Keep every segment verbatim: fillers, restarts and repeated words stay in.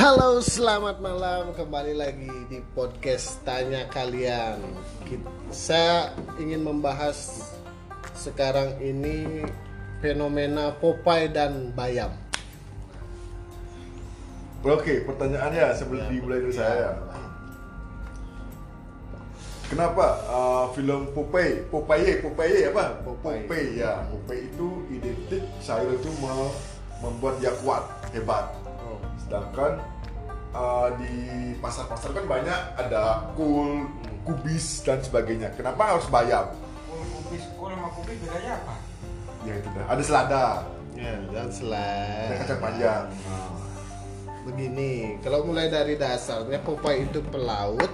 Halo, selamat malam. Kembali lagi di podcast Tanya Kalian. Saya ingin membahas sekarang ini fenomena Popeye dan Bayam. Oke, pertanyaannya sebelum Ya, dimulai dari ya. saya. Kenapa uh, film Popeye, Popeye, Popeye apa? Popeye. Popeye ya, Popeye itu identik sayur itu me- membuat dia kuat, hebat. Oh. Sedangkan uh, di pasar-pasar kan banyak ada kul, kubis dan sebagainya. Kenapa harus bayam? Kul kubis, kul sama kubis bedanya apa? Ya itu dah. Ada selada, Ya, dan selain ada kacang panjang. Begini, kalau mulai dari dasarnya Popeye itu pelaut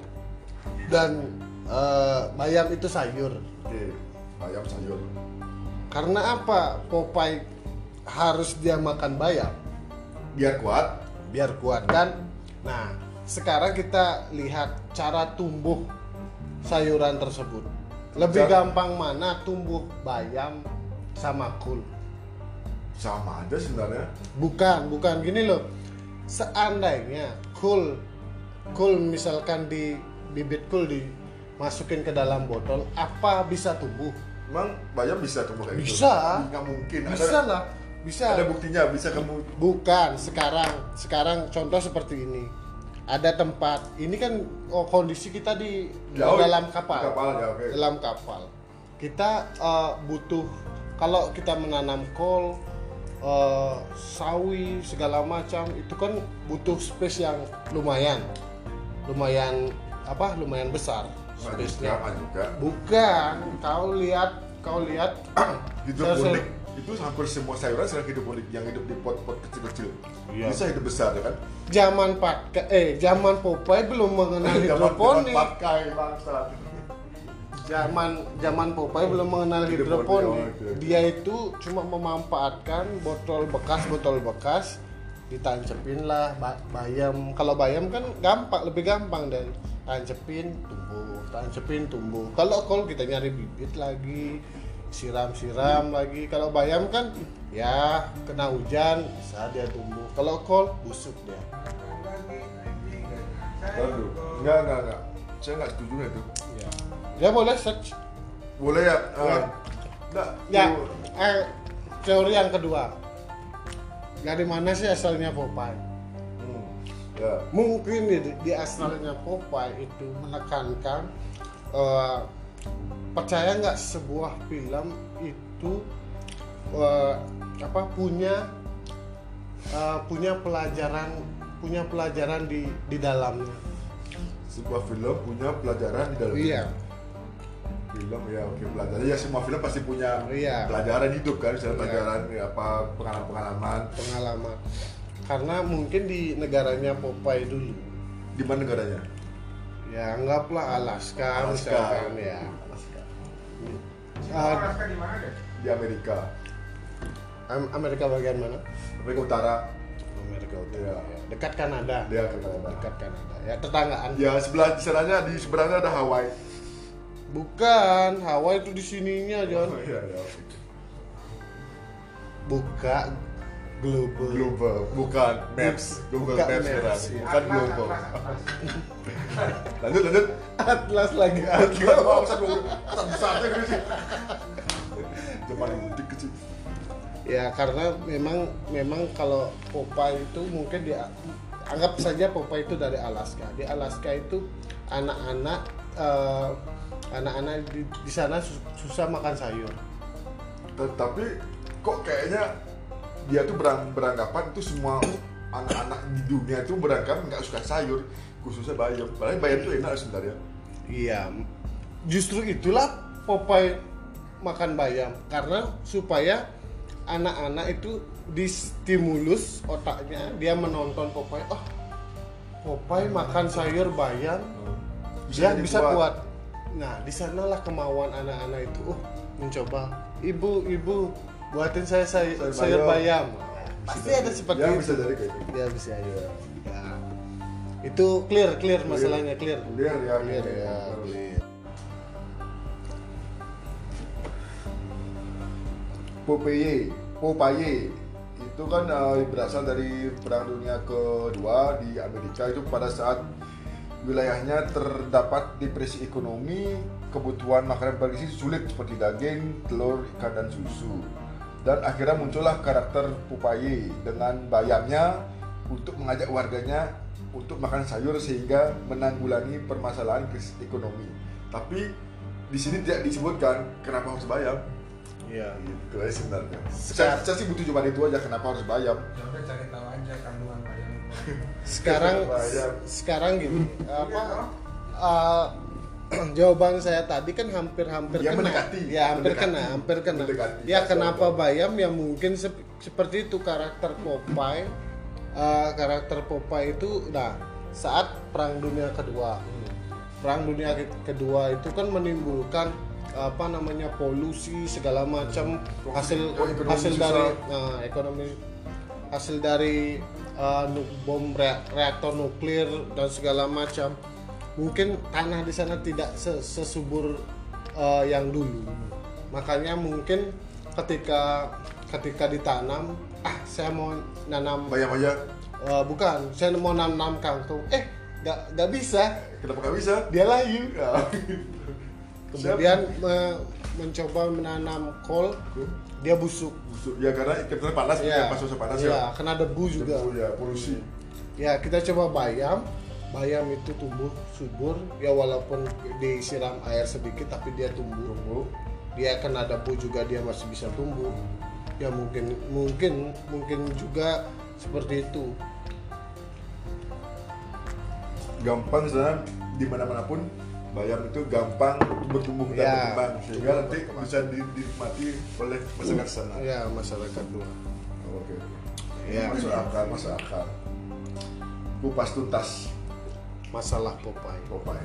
dan eh, Bayam itu sayur. Oke, bayam sayur. Karena apa Popeye harus dia makan bayam? Biar kuat. Biar kuat kan. Nah, sekarang kita lihat cara tumbuh sayuran tersebut. Lebih Cara- gampang mana tumbuh bayam sama kul? Sama aja sebenarnya. Bukan, bukan gini loh. Seandainya kul kul misalkan di bibit kul dimasukin ke dalam botol, apa bisa tumbuh? Emang bayam bisa tumbuh kayak gitu? Bisa. Nggak mungkin. Bisa ada, lah, bisa. Ada buktinya bisa kamu. Bukan, sekarang sekarang contoh seperti ini. Ada tempat, ini kan oh, kondisi kita di Jauh, dalam kapal. di kapal, ya, oke. Dalam kapal. Kita eh, butuh, kalau kita menanam kol, eh, sawi, segala macam, itu kan butuh space yang lumayan. Lumayan apa? Lumayan besar Nggak space-nya. juga, nggak juga. Bukan, kau lihat, kau lihat Hidroponik itu hampir semua sayuran sekarang hidroponik yang hidup di pot-pot kecil-kecil. Iya. Bisa hidup besar ya kan? Zaman Pat eh zaman Popeye belum mengenal hidroponik. Pakai bangsa. Zaman zaman Popeye belum mengenal Hidroponik, hidroponik. oh, oke. Dia itu cuma memanfaatkan botol bekas botol bekas ditancepin lah ba- bayam. Kalau bayam kan gampang, lebih gampang dan tancepin tumbuh, tancepin tumbuh. Kalau kol kita nyari bibit lagi, siram-siram lagi. Kalau bayam kan ya kena hujan bisa dia tumbuh. Kalau kol busuk dia. Aduh, enggak enggak enggak. Saya nggak setuju itu. Ya, ya boleh search. Boleh ya? Ya. Uh, enggak. Ya, tuh. eh, teori yang kedua. Dari mana sih asalnya Popeye? Hmm, ya. Mungkin di, di asalnya Popeye itu menekankan eh, percaya nggak sebuah film itu eh, apa punya eh, punya pelajaran punya pelajaran di di dalamnya. Sebuah film punya pelajaran di dalamnya. Iya. Film ya oke pelajaran ya semua film pasti punya Iya. pelajaran hidup kan misalnya Iya. pelajaran ya, apa pengalaman-pengalaman Pengalaman. Karena mungkin di negaranya Popeye dulu. di mana negaranya? Ya anggaplah Alaska, Alaska. misalkan ya. Alaska. Ah, Alaska di mana deh? Di Amerika Am- Amerika bagian mana? Amerika Utara Amerika Utara. Iya. Ya. Dekat Kanada. Dia ke Kanada. Dekat Kanada. Ya tetanggaan. Ya sebelah di sananya di seberangnya ada Hawaii. Bukan, Hawaii itu di sininya, John. Oh, iya, iya, oke. Buka global. Global bukan Maps Google Bukan Maps Maps, sekarang iya. bukan Global. Lanjut lanjut. Atlas lagi. Gila mau usah dulu. Besarnya gitu sih. Zaman mudik kecil. Ya karena memang memang kalau Popeye itu mungkin dia anggap saja Popeye itu dari Alaska. Di Alaska itu anak-anak eh, anak-anak di, di sana sus- susah makan sayur. Tetapi kok kayaknya dia tuh berang, beranggapan itu semua anak-anak di dunia itu beranggapan nggak suka sayur, khususnya bayam. Padahal bayam itu enak sebenarnya. Iya, justru itulah Popeye makan bayam karena supaya anak-anak itu distimulus otaknya, dia menonton Popeye, oh Popeye makan sayur bayam, dia jadi bisa kuat. Nah, di sanalah kemauan anak-anak itu, oh mencoba, ibu ibu buatin saya say- Sayur sayur bayam. bayam. Pasti ada seperti Ya itu. bisa jadi kayak gitu. Ya bisa ya. Ya. Itu clear clear masalahnya clear. Clear ya. Clear ya. Clear. Popeye, Popeye, itu kan uh, berasal dari Perang Dunia Kedua di Amerika. Itu pada saat wilayahnya terdapat depresi ekonomi, kebutuhan makanan bergizi sulit seperti daging, telur, ikan, dan susu. Dan akhirnya muncullah karakter Popeye dengan bayamnya untuk mengajak warganya untuk makan sayur sehingga menanggulangi permasalahan krisis ekonomi. Tapi di sini tidak disebutkan kenapa harus bayam. Iya. Gitu aja sebenarnya. Sekarang- Saya, saya sih butuh cuma itu aja, kenapa harus bayam. Ya udah cari tahu aja kandungan bayam. Sekarang Bayam. sekarang gini, apa uh, jawaban saya tadi kan hampir-hampir Ya, kena. mendekati. Ya, hampir Mendekati. kena, hampir kena. Mendekati. Ya, Pas kenapa jawaban. bayam? Ya mungkin sep- seperti itu karakter Popeye. Uh, karakter Popeye itu nah saat Perang Dunia Kedua. Perang Dunia Ke- Kedua itu kan menimbulkan apa namanya polusi segala macam hasil Oh, ekonomi hasil susah. dari nah, ekonomi hasil dari uh, nu- bom rea- reaktor nuklir dan segala macam. Mungkin tanah di sana tidak se- sesubur uh, yang dulu. Makanya mungkin ketika ketika ditanam, ah saya mau nanam Bayam aja. uh, bukan, saya mau nanam kangkung. Eh, nggak nggak bisa. Kenapa nggak bisa? Dia layu. Ya. Kemudian me- mencoba menanam kol, dia busuk. Busuk. Ya karena iklimnya panas, ya. Pas masa panas ya, ya. kena debu juga. Debu, ya, polusi. Ya, kita coba bayam. Bayam itu tumbuh subur, ya walaupun disiram air sedikit tapi dia tumbuh. Tumbuh. Dia kena debu juga dia masih bisa tumbuh. Ya mungkin mungkin mungkin juga seperti itu. Gampang sebenarnya di mana-mana pun bayam itu gampang bertumbuh dan Ya. berkembang sehingga nanti bisa di- dinikmati oleh masyarakat sana. Ya, masyarakat luar. Oke. Ya. Masuk akal, masuk akal. Kupas tuntas Masalah Popeye. Popeye.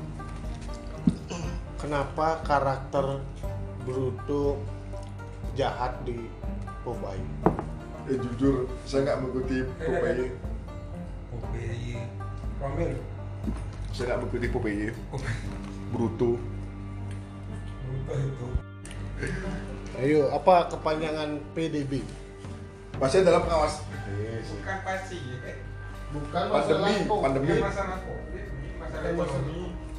Kenapa karakter Bruto jahat di Popeye? Eh jujur, saya nggak mengikuti Popeye. Popeye. Romel. Saya nggak mengikuti Popeye. Bruto. Lupa itu. Ayo, apa kepanjangan P D B? Pasien dalam pengawas. Bukan pasti ya. Bukan Pandemi, masalah pandemi. Bukan masalah covid, ini masalah ekonomi.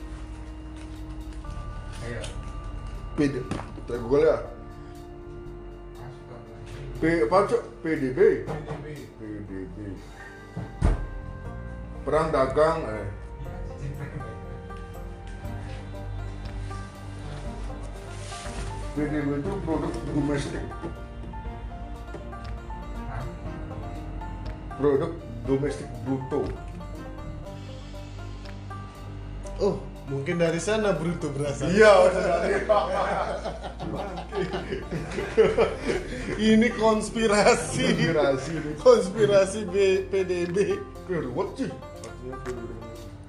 Ayo. P D. Kita Google ya. Masuk P apa cok? P D B. P D B. P D B. Perang dagang. Eh. P D B itu produk domestik. Produk domestik bruto. Oh, mungkin dari sana Bruto berasal. Iya, sebenarnya. Ini konspirasi. Konspirasi nih. Konspirasi B- P D B. Kayak ruwet sih. Artinya P D B.